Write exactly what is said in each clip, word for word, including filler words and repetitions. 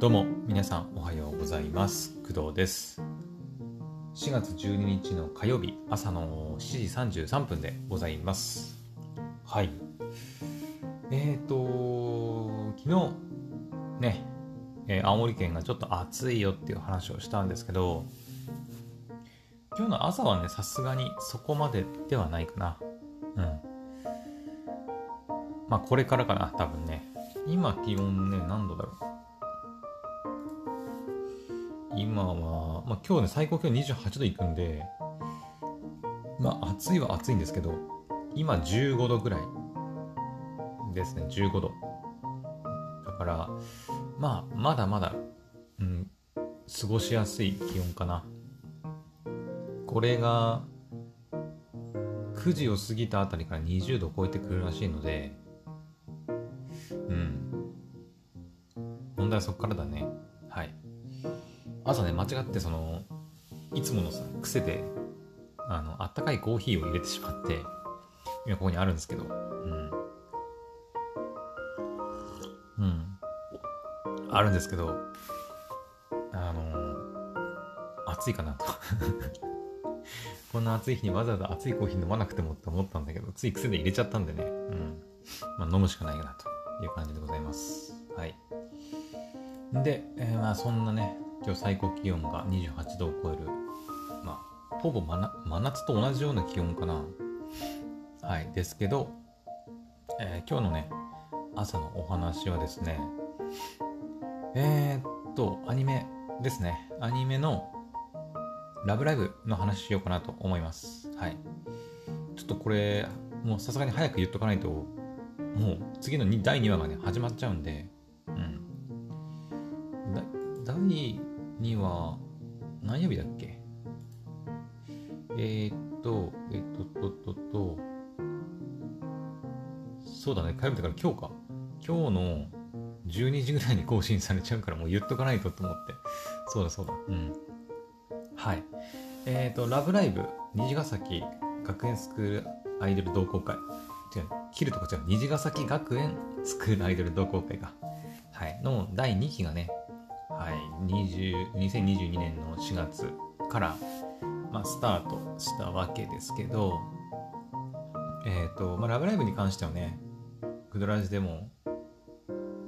どうも皆さんおはようございます。工藤です。しがつじゅうににちの火曜日朝のしちじさんじゅうさんぷんでございます。はいえーと昨日ね、えー青森県がちょっと暑いよっていう話をしたんですけど、今日の朝はねさすがにそこまでではないかな。うんまあこれからかな多分ね。今気温ね何度だろう。今は、まあ、今日ね最高気温にじゅうはちどいくんで、まあ暑いは暑いんですけど、今じゅうごどぐらいですね。じゅうごどだから、まあまだまだ、うん、過ごしやすい気温かな。これがくじを過ぎたあたりからにじゅうどを超えてくるらしいので、うん問題はそこからだね。はい。朝ね間違ってそのいつものさ癖であのあったかいコーヒーを入れてしまって、今ここにあるんですけど、うんうんあるんですけど、あの暑いかなとこんな暑い日にわざわざ熱いコーヒー飲まなくてもって思ったんだけど、つい癖で入れちゃったんでね、うんまあ飲むしかないかなという感じでございます。はい。で、えー、まあそんなね、今日最高気温がにじゅうはちどを超える、まあほぼ真夏、真夏と同じような気温かな。はいですけど、えー、今日のね朝のお話はですね、えー、っとアニメですね。アニメのラブライブの話しようかなと思います。はい。ちょっとこれもうさすがに早く言っとかないと、もう次のだいにわがね始まっちゃうんで、うんだだいにわ何曜日だっけ。えー、っとえー、っととととそうだね、火曜日だから今日か。今日のじゅうにじぐらいに更新されちゃうから、もう言っとかないとと思って。そうだそうだ。うん。はい。えっ、ー、と、ラブライブ、虹ヶ崎学園スクールアイドル同好会。違う、切るとこ違う。虹ヶ崎学園スクールアイドル同好会が。はい。のだいにきがね、はい。にじゅうにせんにじゅうにねんのしがつから、まあ、スタートしたわけですけど、えっ、ー、と、まあ、ラブライブに関してはね、クドラジでも、うん、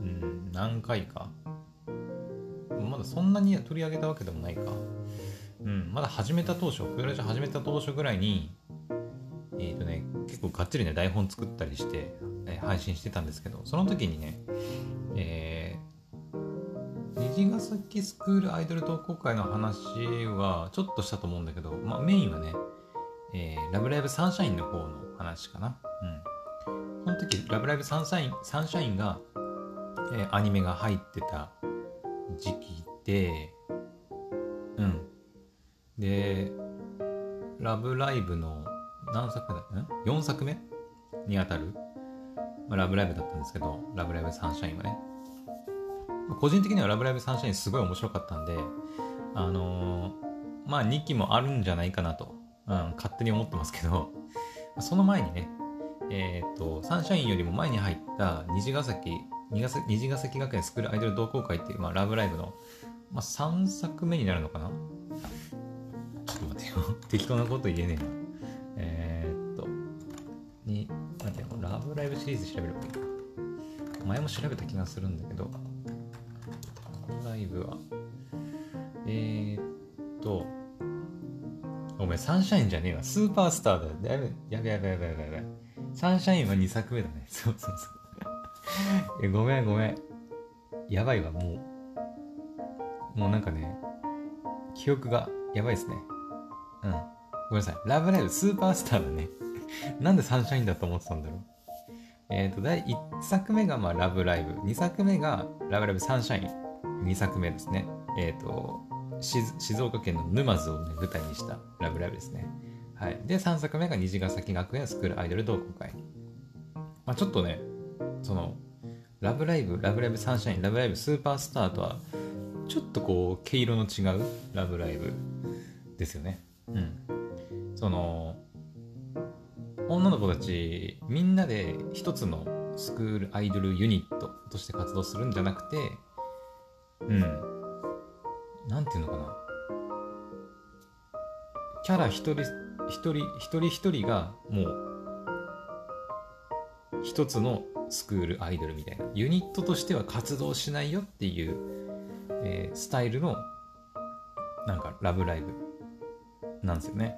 何回か。まだそんなに取り上げたわけでもないか。うん、まだ始めた当初、クドラジ始めた当初ぐらいに、えっ、ー、とね、結構がっつりね、台本作ったりして、えー配信してたんですけど、その時にね、えー、虹ヶ崎スクールアイドル同好会の話はちょっとしたと思うんだけど、まあ、メインはね、えー、ラブライブサンシャインの方の話かな。うん。その時、ラブライブサンシャイン、サンシャインが、えーアニメが入ってた時期で、うん。で、ラブライブの何作目だん ?よん 作目にあたる、まあ、ラブライブだったんですけど、ラブライブサンシャインはね。個人的にはラブライブサンシャインすごい面白かったんで、あのー、まあにきもあるんじゃないかなと、うん、勝手に思ってますけど、その前にね、えっ、ー、と、サンシャインよりも前に入った虹ヶ崎、虹ヶ崎学園スクールアイドル同好会っていう、まあ、ラブライブの、まあ、さんさくめになるのかな。ちょっと待ってよ。適当なこと言えねえな。えー、っと、に、待ってよ。ラブライブシリーズ調べればいいか。前も調べた気がするんだけど、ラブライブは、えー、っと、ごめん、サンシャインじゃねえわ。スーパースターだよ。やべやべやべやべやべやべ。サンシャインはにさくめだね。そうそうそう。え、ごめんごめん。やばいわ、もう。もうなんかね、記憶がやばいですね。うん。ごめんなさい。ラブライブスーパースターだね。なんでサンシャインだと思ってたんだろう。えっ、ー、と、第いっさくめがまあラブライブ。にさくめがラブライブサンシャイン。にさくめですね。えっ、ー、と、静岡県の沼津を、ね、舞台にしたラブライブですね。はい。で、さんさくめが虹ヶ崎学園スクールアイドル同好会。まあちょっとね、その、ラブライブ、ラブライブサンシャイン、ラブライブスーパースターとは、ちょっとこう、毛色の違うラブライブですよね。うん。その、女の子たちみんなで一つのスクールアイドルユニットとして活動するんじゃなくて、 うんなんていうのかな、キャラ一人一人一人一人がもう一つのスクールアイドルみたいな、ユニットとしては活動しないよっていう、えースタイルのなんかラブライブなんですよね。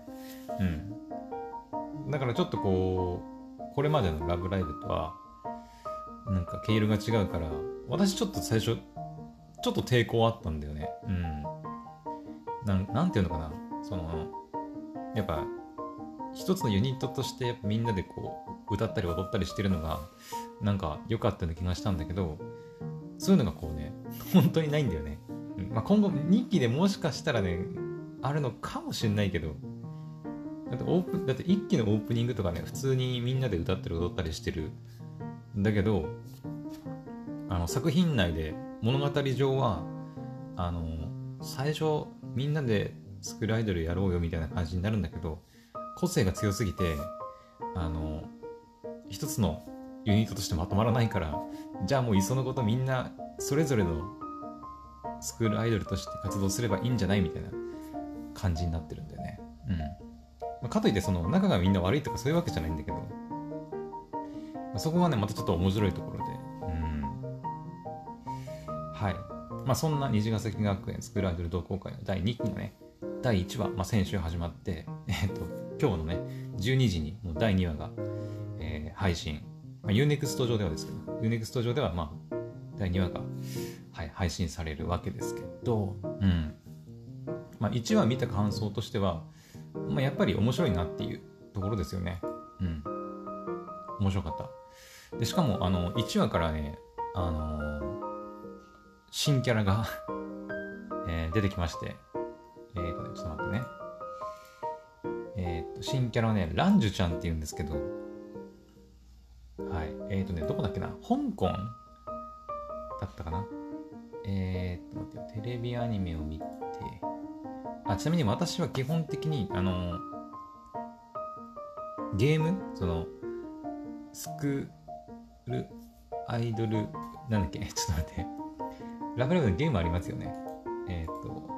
うんだからちょっとこうこれまでのラブライブとはなんか毛色が違うから、私ちょっと最初ちょっと抵抗あったんだよね。うんなんなんていうのかな、そのやっぱ一つのユニットとしてみんなでこう歌ったり踊ったりしてるのがなんか良かったような気がしたんだけど、そういうのがこうね本当にないんだよね。うんまあ、今後にきでもしかしたらねあるのかもしれないけど、だってオープンだっていっきのオープニングとかね普通にみんなで歌ったり踊ったりしてるんだけど、あの作品内で物語上はあの最初みんなでスクールアイドルやろうよみたいな感じになるんだけど、個性が強すぎてあの一つのユニットとしてまとまらないから、じゃあもういっそのことみんなそれぞれのスクールアイドルとして活動すればいいんじゃないみたいな感じになってるんだよね。うんまあ、かといってその仲がみんな悪いとかそういうわけじゃないんだけど、まあ、そこがねまたちょっと面白いところで、うんはいまあそんな虹ヶ崎学園スクールアイドル同好会のだいにきのねだいいちわ、まあ、先週始まってえっと今日のねじゅうにじにもうだいにわが、えー配信、まあ、ユーネクスト 上ではですけど ユーネクスト 上ではまあだいにわが、はい、配信されるわけですけど、うんまあ、いちわ見た感想としては、まあ、やっぱり面白いなっていうところですよね。うん面白かったで、しかもあのいちわからね、あのー新キャラがえー出てきまして、えーとねちょっと待ってね、えーと新キャラはねランジュちゃんっていうんですけど、はいえーとねどこだっけな、香港だったかな。えーと待ってよ、テレビアニメを見て、あちなみに私は基本的にあのゲームそのスクールアイドルなんだっけちょっと待って、ラブライブのゲームありますよね。えーと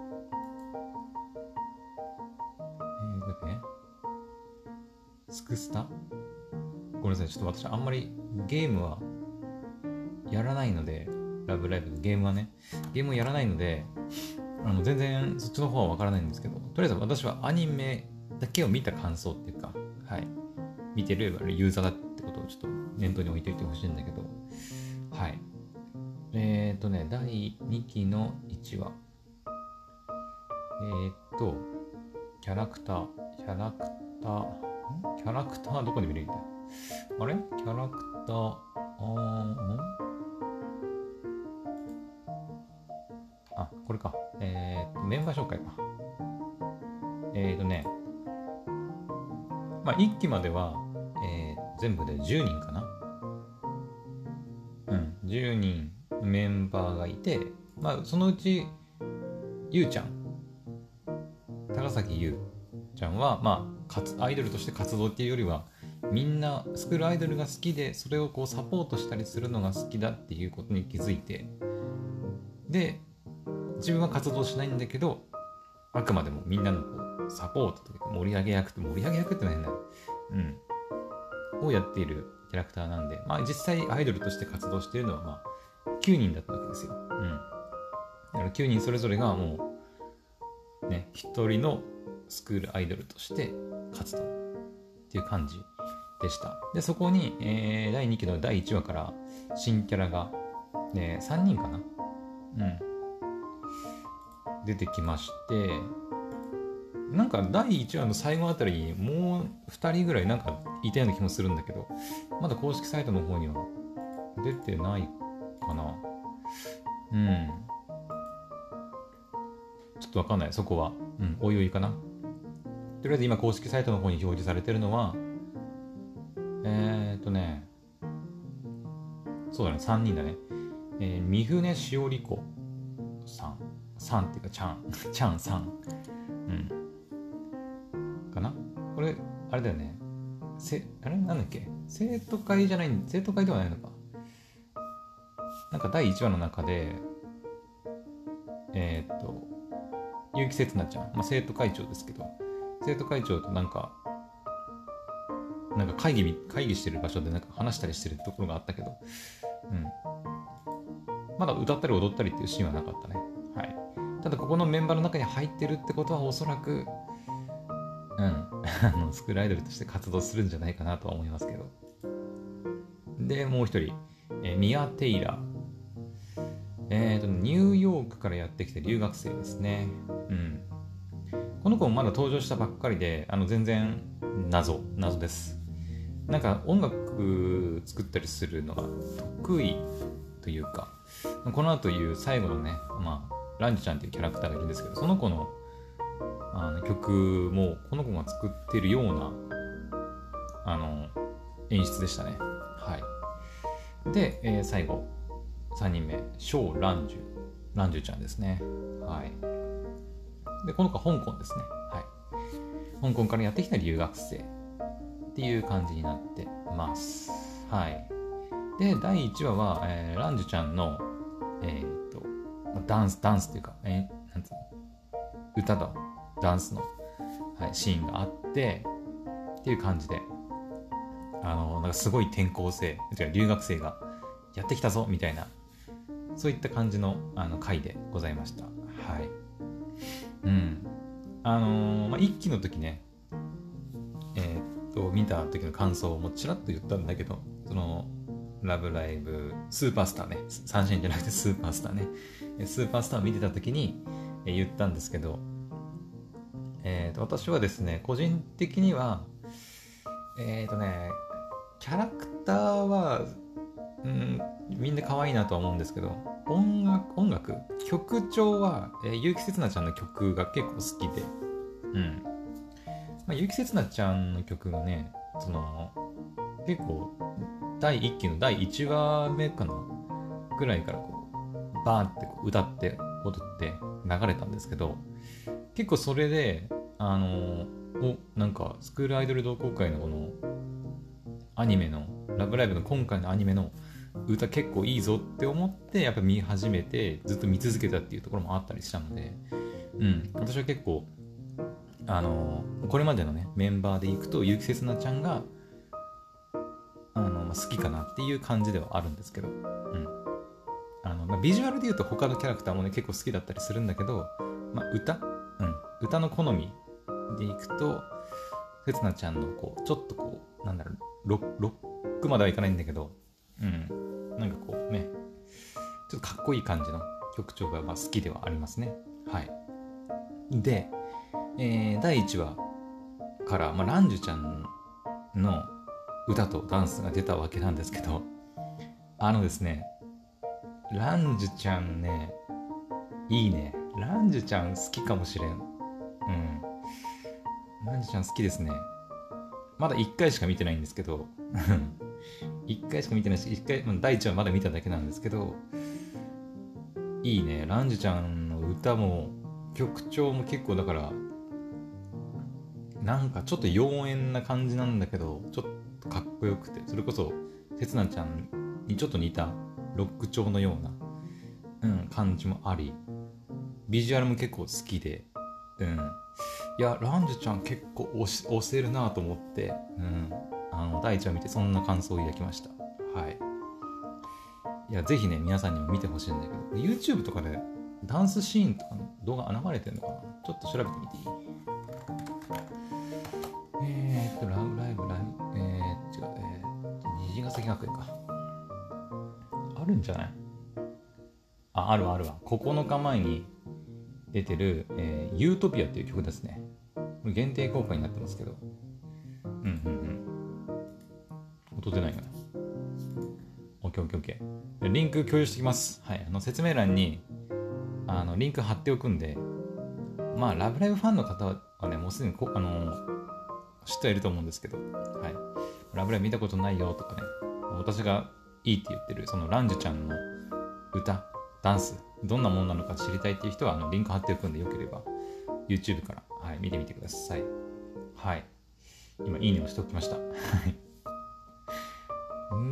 えーとねスクスタ、ごめんなさいちょっと私あんまりゲームはやらないので、ラブライブのゲームはねゲームをやらないのであの全然そっちの方はわからないんですけど、とりあえず私はアニメだけを見た感想っていうか、はい見てるユーザーだってことをちょっと念頭に置いといてほしいんだけど、はいえーとねだいにきのいちわ、えーとキャラクターキャラクターキャラクターどこで見れるんだ、あれキャラクターあーんあこれか、えーとメンバー紹介か、えーとねまあいっきまでは、えー全部でじゅうにんかな、うんじゅうにんメンバーがいて、まあそのうちゆうちゃん高崎ゆうちゃんはまあかつアイドルとして活動っていうよりはみんなスクールアイドルが好きでそれをこうサポートしたりするのが好きだっていうことに気づいて、で自分は活動しないんだけどあくまでもみんなのこうサポートというか盛り上げ役って盛り上げ役ってのは変だ、うん、をやっているキャラクターなんで、まあ実際アイドルとして活動しているのはまあきゅうにんだったわけですよ。うん。だからきゅうにんそれぞれがもうね一人のスクールアイドルとして活動っていう感じでした。でそこに、えー、だいにきのだいいちわから新キャラが、ね、さんにんかな、うん出てきまして、なんかだいいちわの最後あたりにもうふたりぐらいなんかいたような気もするんだけど、まだ公式サイトの方には出てないかな。うんちょっとわかんないそこは、うんおいおいかな。とりあえず今公式サイトの方に表示されてるのはえーっとねそうだねさんにんだね、えー、三船しおり子さんさんっていうかちゃんちゃんさんうんかな。これあれだよね、せあれなんだっけ生徒会じゃない生徒会ではないのか、なんかだいいちわの中でえー、っと結城せつなちゃん、まあ、生徒会長ですけど、生徒会長となんかなんか会議会議してる場所でなんか話したりしてるところがあったけど、うん、まだ歌ったり踊ったりっていうシーンはなかったね。はい。ただここのメンバーの中に入ってるってことはおそらく、うん、あのスクールアイドルとして活動するんじゃないかなとは思いますけど。で、もう一人、えーミア・テイラー。えーと、ニューヨークからやってきた留学生ですね。うん。この子もまだ登場したばっかりで、あの全然謎、謎です。なんか音楽作ったりするのが得意というか、この後言う最後のね、まあ、ランジちゃんっていうキャラクターがいるんですけど、その子の、あの曲もこの子が作ってるようなあの演出でしたね。はい。で、えー最後、さんにんめ、ショウ・ランジュ。ランジュちゃんですね。はい。で、この子は香港ですね。はい。香港からやってきた留学生っていう感じになってます。はい。で、だいいちわは、えーランジュちゃんの、えーっと、ダンス、ダンスっていうか、えーなんつうの、歌とダンスの、はい、シーンがあって、っていう感じで、あの、なんかすごい転校生、違う留学生がやってきたぞみたいな、そういった感じのあの回でございました。はい。うん。あのーまあ、一期の時ね、えーっと、見た時の感想をもちらっと言ったんだけど、その、ラブライブ、スーパースターね、サンシャインじゃなくてスーパースターね、スーパースターを見てた時にえー言ったんですけど、えーと、私はですね、個人的には、えーとね、キャラクターは、うん、みんな可愛いなとは思うんですけど、音楽、音楽曲調は、えー、結城せつなちゃんの曲が結構好きで、うん。まあ、結城せつなちゃんの曲がね、その、結構、だいいっきのだいいちわめかなぐらいからこう、バーンってこう歌って踊って流れたんですけど、結構それで、あのお、なんか、スクールアイドル同好会のこの、アニメの、ラブライブの今回のアニメの歌結構いいぞって思って、やっぱ見始めて、ずっと見続けたっていうところもあったりしたので、うん、私は結構、あのこれまでのね、メンバーでいくと、ゆきせつなちゃんが、あの、まあ、好きかなっていう感じではあるんですけど、うん。あの、まあ、ビジュアルで言うと他のキャラクターもね、結構好きだったりするんだけど、まあ、歌うん。歌の好みでいくと、せつなちゃんのこうちょっとこうなんだろうロロックまではいかないんだけど、うんなんかこうねちょっとかっこいい感じの曲調がまあ好きではありますね。はい。で、えー、だいいちわから、まあ、ランジュちゃんの歌とダンスが出たわけなんですけど、あのですねランジュちゃんねいいね。ランジュちゃん好きかもしれん。うん。ランジュちゃん好きですね。まだいっかいしか見てないんですけどいっかいしか見てないし、いっかい、まあ、だいいちわまだ見ただけなんですけど、いいね。ランジュちゃんの歌も曲調も結構だからなんかちょっと妖艶な感じなんだけど、ちょっとかっこよくて、それこそせつなちゃんにちょっと似たロック調のような、うん、感じもあり、ビジュアルも結構好きで、うん、いやランジュちゃん結構押し押せるなと思って、うん、あのだいいちわ見てそんな感想を抱きました。はい。いやぜひね皆さんにも見てほしいんだけど、 YouTube とかでダンスシーンとかの動画流れてるのかな、ちょっと調べてみていい？えーっとラブライブライブえー、違うえー、っと虹ヶ崎学園か、あるんじゃない？あ、あるあるわ。ここのかまえに出てる、えー、ユートピアっていう曲ですね。限定公開になってますけど、うんうんうん音出ないかな。オッケーオッケーオッケー。リンク共有してきます。はい。あの説明欄にあのリンク貼っておくんで、まあラブライブファンの方はねもうすでにこあの知ってはいると思うんですけど、はい。ラブライブ見たことないよとかね、私がいいって言ってるそのランジュちゃんの歌、ダンスどんなものなのか知りたいっていう人はあのリンク貼っておくんで、よければ YouTube から、はい、見てみてください。はい。今いいねをしておきました。はい。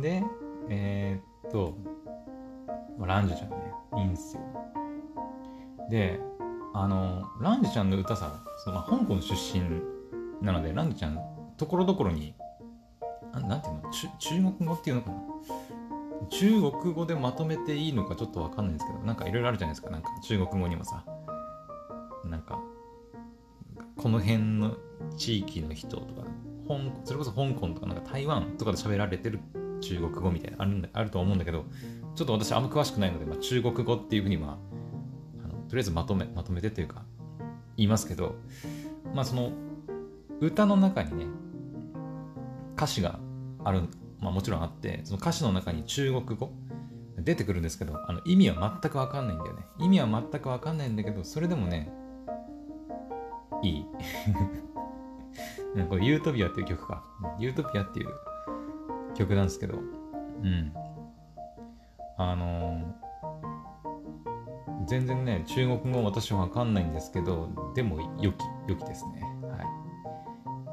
で、えー、っと、ランジュちゃんね、いいんすよ。 で、あの、ランジちゃんの歌さ、そのまあ、香港出身なので、ランジちゃん、ところどころに、あなんていうの、中中国語っていうのかな、中国語でまとめていいのかちょっとわかんないんですけど、なんかいろいろあるじゃないですか。なんか中国語にもさ、なんか、この辺の地域の人とか、香それこそ香港とかなんか台湾とかで喋られてる中国語みたいなあるんだあると思うんだけど、ちょっと私あんま詳しくないので、まあ、中国語っていうふうにはあのとりあえずまとめまとめてというか言いますけど、まあその歌の中にね歌詞がある、まあもちろんあって、その歌詞の中に中国語出てくるんですけど、あの意味は全くわかんないんだよね。意味は全くわかんないんだけど、それでもねいいこれユートピアっていう曲か。ユートピアっていう曲なんですけど、うん。あのー、全然ね、中国語私はわかんないんですけど、でも良き、良きですね。はい。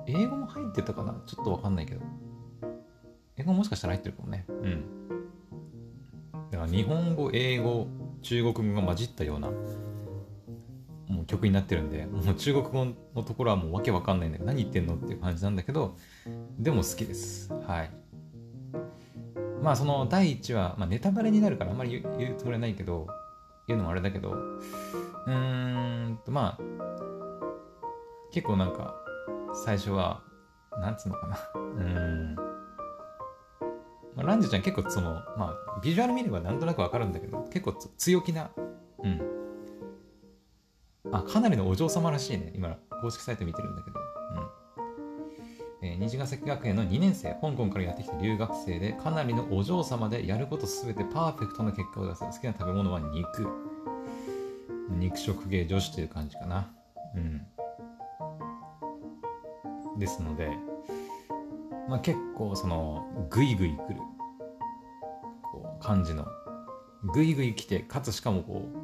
英語も入ってたかなちょっとわかんないけど。英語もしかしたら入ってるかもね。うん。だから日本語、英語、中国語が混じったようなもう曲になってるんで、もう中国語のところはもうわけわかんないんだけど、何言ってんのっていう感じなんだけど、でも好きです。はい。まあそのだいいちわ、まあ、ネタバレになるからあんまり言う言うつもりはないけど、言うのもあれだけど、うーんとまあ、結構なんか、最初は、なんつうのかな。うーん。まあ、ランジちゃん結構その、まあ、ビジュアル見ればなんとなくわかるんだけど、結構強気な、うん。あ、かなりのお嬢様らしいね。今、公式サイト見てるんだけど。うん。えー、虹ヶ崎学園のにねん生、香港からやってきた留学生で、かなりのお嬢様でやることすべてパーフェクトな結果を出す。好きな食べ物は肉。肉食系女子という感じかな。うん。ですので、まあ結構その、グイグイ来る、こう、感じの、グイグイ来て、かつしかもこう、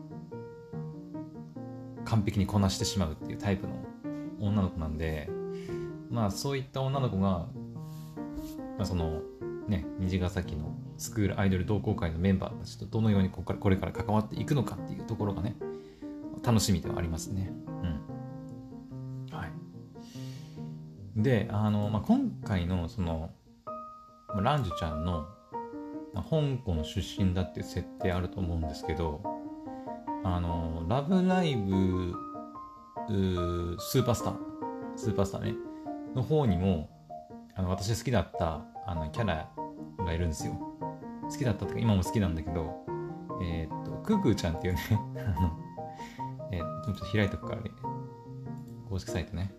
完璧にこなしてしまうっていうタイプの女の子なんで、まあそういった女の子が、まあ、そのね虹ヶ崎のスクールアイドル同好会のメンバーたちとどのようにここからこれから関わっていくのかっていうところがね楽しみではありますね。うん。はい。で、あの、まあ、今回のそのランジュちゃんの、まあ、香港出身だっていう設定あると思うんですけど、あのラブライブスーパースタースーパースターねの方にもあの私好きだったあのキャラがいるんですよ。好きだったとか今も好きなんだけど、えー、っとクークーちゃんっていうねあの、えー、ちょっと開いとくからね、公式サイトね。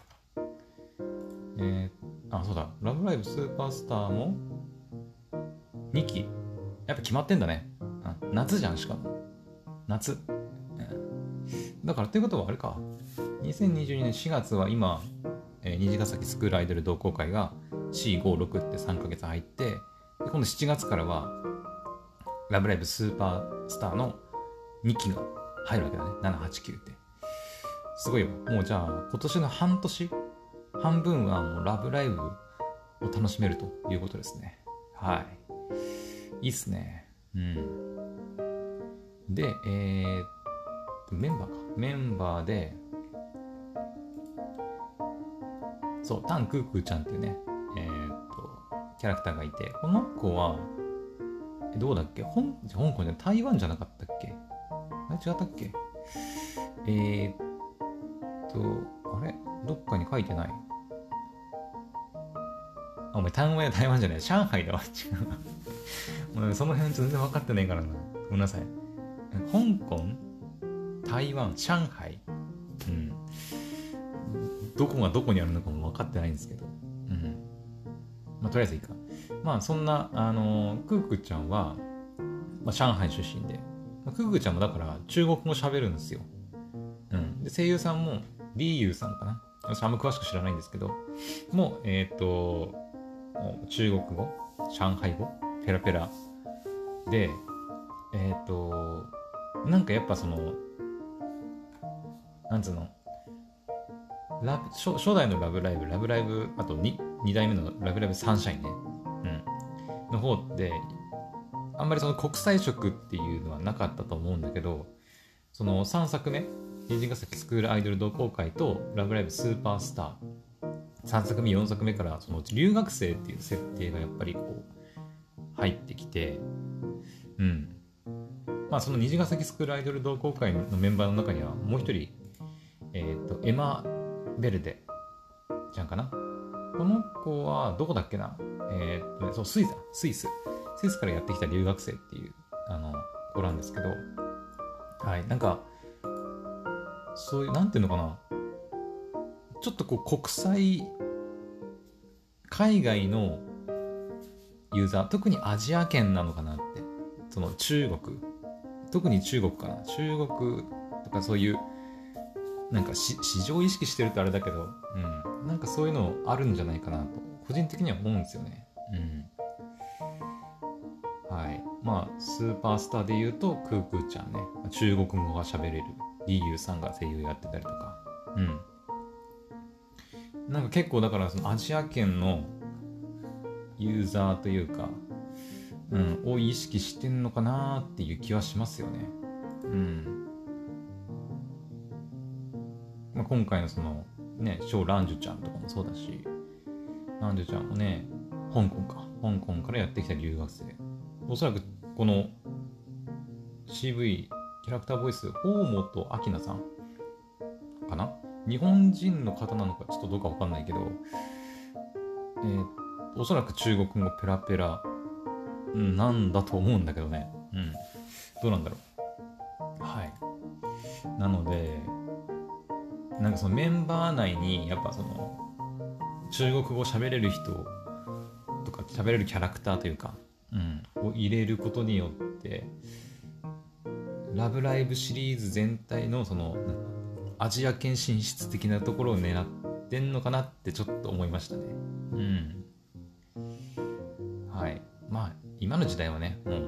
えー、あそうだ、ラブライブスーパースターもにきやっぱ決まってんだね。夏じゃん、しかも夏だからということはあれか、にせんにじゅうにねんしがつは今、えー、虹ヶ崎スクールアイドル同好会が シーごじゅうろく ってさんかげつ入って、で今度しちがつからはラブライブスーパースターのにきが入るわけだね。ななはちきゅうってすごいわ。もうじゃあ今年の半年半分はもうラブライブを楽しめるということですね。はい、いいっすね。うんで、えー、メンバーか。メンバーで、そう、タンクークーちゃんっていうね、えー、っと、キャラクターがいて、この子は、どうだっけ、香港じゃ台湾じゃなかったっけ、あれ違ったっけ、えー、っと、あれどっかに書いてない。あ、お前、台湾や台湾じゃない、上海だわ。違う。もうその辺全然分かってないからな。ごめんなさい。香港、台湾、上海、うん、どこがどこにあるのかも分かってないんですけど、うん、まあとりあえずいいか。まあそんなあのクークちゃんは、まあ、上海出身で、まあ、クークちゃんもだから中国語喋るんですよ。うん、で声優さんもリーユーさんかな。私あんま詳しく知らないんですけど、もうえっ、ー、と中国語、上海語、ペラペラで、えっ、ー、となんかやっぱそのなんつうの、ラブ 初, 初代のラブライブ、ラブライブ、あと 2, 2代目のラブライブサンシャインね、うん、の方で、あんまりその国際色っていうのはなかったと思うんだけど、 そのさんさくめ、虹ヶ崎スクールアイドル同好会とラブライブスーパースター、さんさくめよんさくめからその留学生っていう設定がやっぱりこう入ってきて、うんまあその虹ヶ崎スクールアイドル同好会のメンバーの中にはもう一人、えっとエマ・ベルデちゃんかな。この子はどこだっけな、えー、っとね、そうスイスだスイススイスからやってきた留学生っていうあの子なんですけど、はい、なんかそういうなんていうのかな、ちょっとこう国際海外のユーザー、特にアジア圏なのかなって、その中国、特に中国かな、中国とかそういうなんか市場意識してるとあれだけど、うん、なんかそういうのあるんじゃないかなと個人的には思うんですよね。うん、はい。まあスーパースターで言うとクークーちゃんね、中国語が喋れるリーユーさんが声優やってたりとか、うん。なんか結構だからそのアジア圏のユーザーというか、うん、を意識してんのかなっていう気はしますよね。うん。まあ、今回のそのね、ショーランジュちゃんとかもそうだし、ランジュちゃんもね、香港か、香港からやってきた留学生。おそらくこの シーブイ キャラクターボイス、大本明菜さんかな、日本人の方なのかちょっとどうかわかんないけど、えー、おそらく中国語ペラペラなんだと思うんだけどね。うん。どうなんだろう。はい。なので、なんかそのメンバー内にやっぱその中国語喋れる人とか喋れるキャラクターというか、うん、を入れることによってラブライブシリーズ全体のそのアジア圏進出的なところを狙ってんのかなってちょっと思いましたね。うん。はい。まあ今の時代はね、もう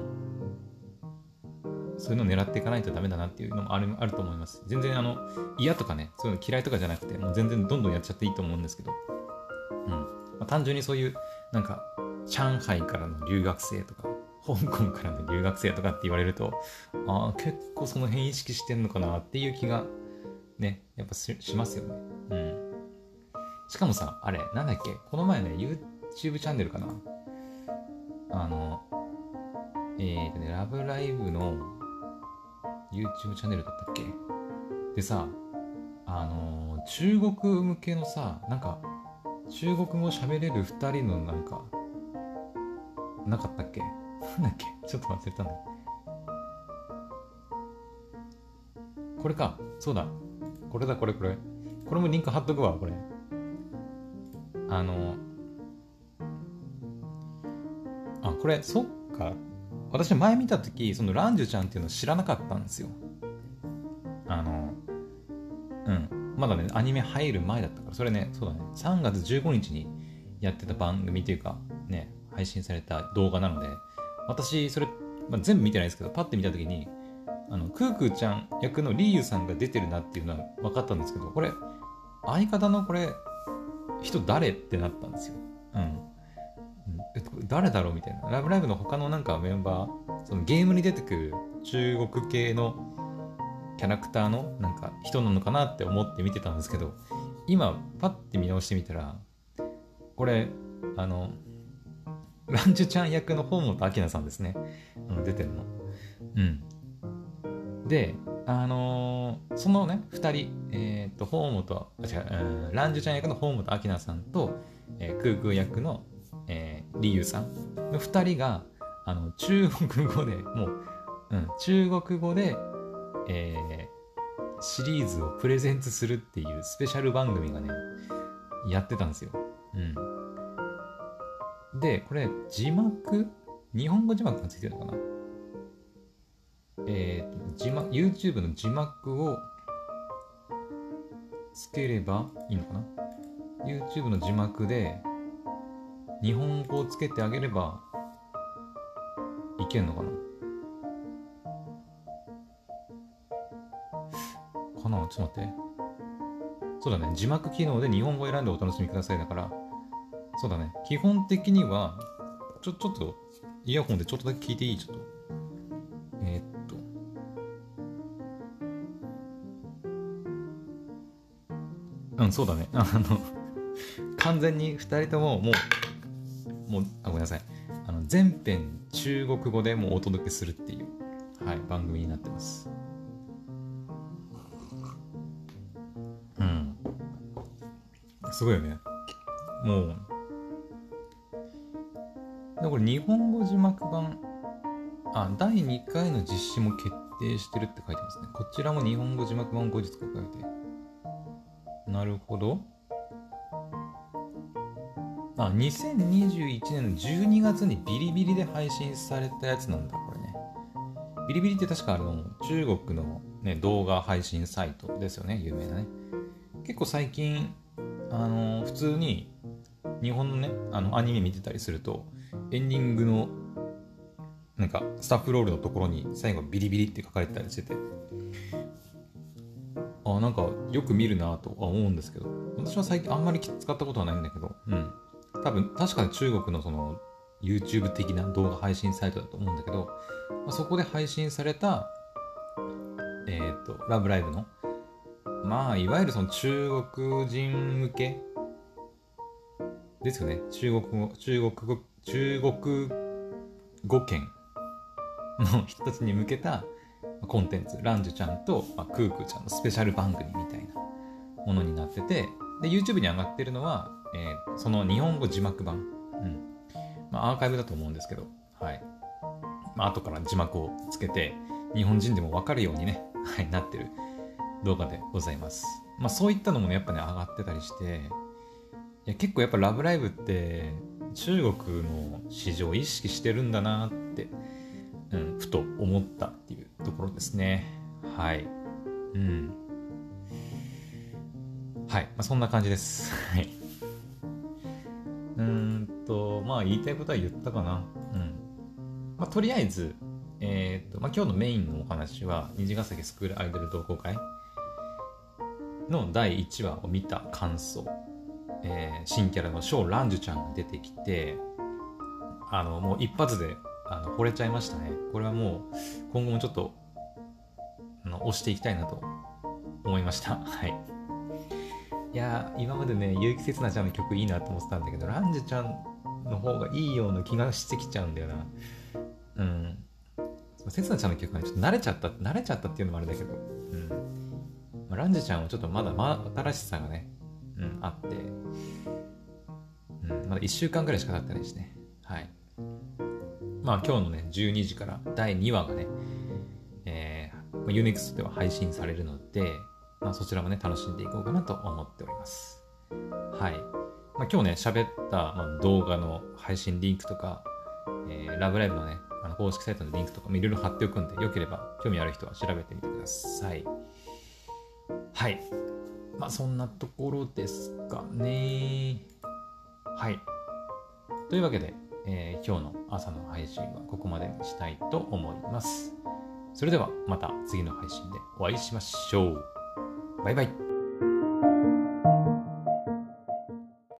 そういうのを狙っていかないとダメだなっていうのもある、あると思います。全然あの嫌とかね、そういうの嫌いとかじゃなくて、もう全然どんどんやっちゃっていいと思うんですけど、うん。まあ、単純にそういうなんか上海からの留学生とか香港からの留学生とかって言われると、ああ結構その辺意識してんのかなっていう気がね、やっぱ し, しますよね。うん。しかもさ、あれなんだっけ、この前ね YouTube チャンネルかな、あのえーとねラブライブの YouTube チャンネルだったっけでさ、あのー、中国向けのさ、なんか中国語喋れるふたりのなんかなかったっけ、なんだっけ、ちょっと忘れたんだ。これか、そうだ、これだこれこれこれもリンク貼っとくわ。これあのあこれそっか、私前見た時そのランジュちゃんっていうの知らなかったんですよ。あのうんまだねアニメ入る前だったから、それね、そうだね、さんがつじゅうごにちにやってた番組っていうかね、配信された動画なので、私それ、まあ、全部見てないですけど、パッて見た時にあのクークーちゃん役のリーユさんが出てるなっていうのは分かったんですけど、これ相方のこれ人誰ってなったんですよ。うん。誰だろうみたいな。ラブライブの他のなんかメンバー、そのゲームに出てくる中国系のキャラクターのなんか人なのかなって思って見てたんですけど、今パッて見直してみたら、これあのランジュちゃん役の本本明菜さんですね。うん、出てるの。うん。で、あのー、そのねふたり、えっ、ー、と本本あ違う、うん、ランジュちゃん役の本本明菜さんと、えー、クークー役の、えー、リユさんのふたりがあの中国語でもう、うん、中国語で、えー、シリーズをプレゼンツするっていうスペシャル番組がねやってたんですよ。うん。でこれ字幕、日本語字幕がついてるのかな。えー、と字幕 YouTube の字幕をつければいいのかな。 YouTube の字幕で日本語をつけてあげればいけんのかなかな。ちょっと待って、そうだね、字幕機能で日本語を選んでお楽しみくださいだから、そうだね、基本的にはちょちょっとイヤホンでちょっとだけ聞いていい？ちょっとえー、っとうんそうだね。あの完全にふたりとももうもうあごめんなさい。あの全編中国語でもうお届けするっていう、はい、番組になってます。うん。すごいよね。もう。でこれ日本語字幕版、あ、だいにかいの実施も決定してるって書いてますね。こちらも日本語字幕版後日公開予定。なるほど。あ、にせんにじゅういちねんのじゅうにがつにビリビリで配信されたやつなんだ、これね。ビリビリって確かあの中国の、ね、動画配信サイトですよね、有名なね。結構最近、あのー、普通に日本のね、あのアニメ見てたりすると、エンディングのなんかスタッフロールのところに最後ビリビリって書かれてたりしてて、あ、なんかよく見るなとは思うんですけど、私は最近あんまり使ったことはないんだけど、うん。多分確かに中国のその YouTube 的な動画配信サイトだと思うんだけど、まあ、そこで配信されたえっとラブライブの、まあいわゆるその中国人向けですよね。中国語中国語中国語圏の人たちに向けたコンテンツ、ランジュちゃんと、まあ、クークーちゃんのスペシャル番組みたいなものになってて、で YouTube に上がってるのは、えー、その日本語字幕版、うんまあ、アーカイブだと思うんですけど、はい、まあ後から字幕をつけて日本人でも分かるようにね、はい、なってる動画でございます。まあそういったのもねやっぱね上がってたりして、いや結構やっぱラブライブって中国の市場を意識してるんだなって、うん、ふと思ったっていうところですね。はい。うん。はい。まあ、そんな感じです。はい。うーんと、まあ言いたいことは言ったかな。うん。まあとりあえず、えー、と、まあ今日のメインのお話は、虹ヶ崎スクールアイドル同好会のだいいちわを見た感想。えー、新キャラのショウ・ランジュちゃんが出てきて、あの、もう一発であの惚れちゃいましたね。これはもう今後もちょっとあの押していきたいなと思いました。はい。いやー、今までね、結城せつなちゃんの曲いいなと思ってたんだけど、ランジュちゃんの方がいいような気がしてきちゃうんだよな。うん。せつなちゃんの曲は、ね、ちょっと慣れちゃった、慣れちゃったっていうのもあれだけど、うん。まあ、ランジュちゃんはちょっとまだ真新しさがね、うん、あって、うん、まだいっしゅうかんぐらいしか経ってないしね。はい。まあ今日のね、じゅうにじからだいにわがね、えー、ユーネクスト では配信されるので、まあ、そちらもね、楽しんでいこうかなと思っております。はい。まあ、今日ね、喋った、まあ、動画の配信リンクとか、えー、ラブライブのね、あの公式サイトのリンクとかもいろいろ貼っておくんで、よければ興味ある人は調べてみてください。はい。まあそんなところですかね。はい。というわけで、えー、今日の朝の配信はここまでにしたいと思います。それではまた次の配信でお会いしましょう。バイバイ。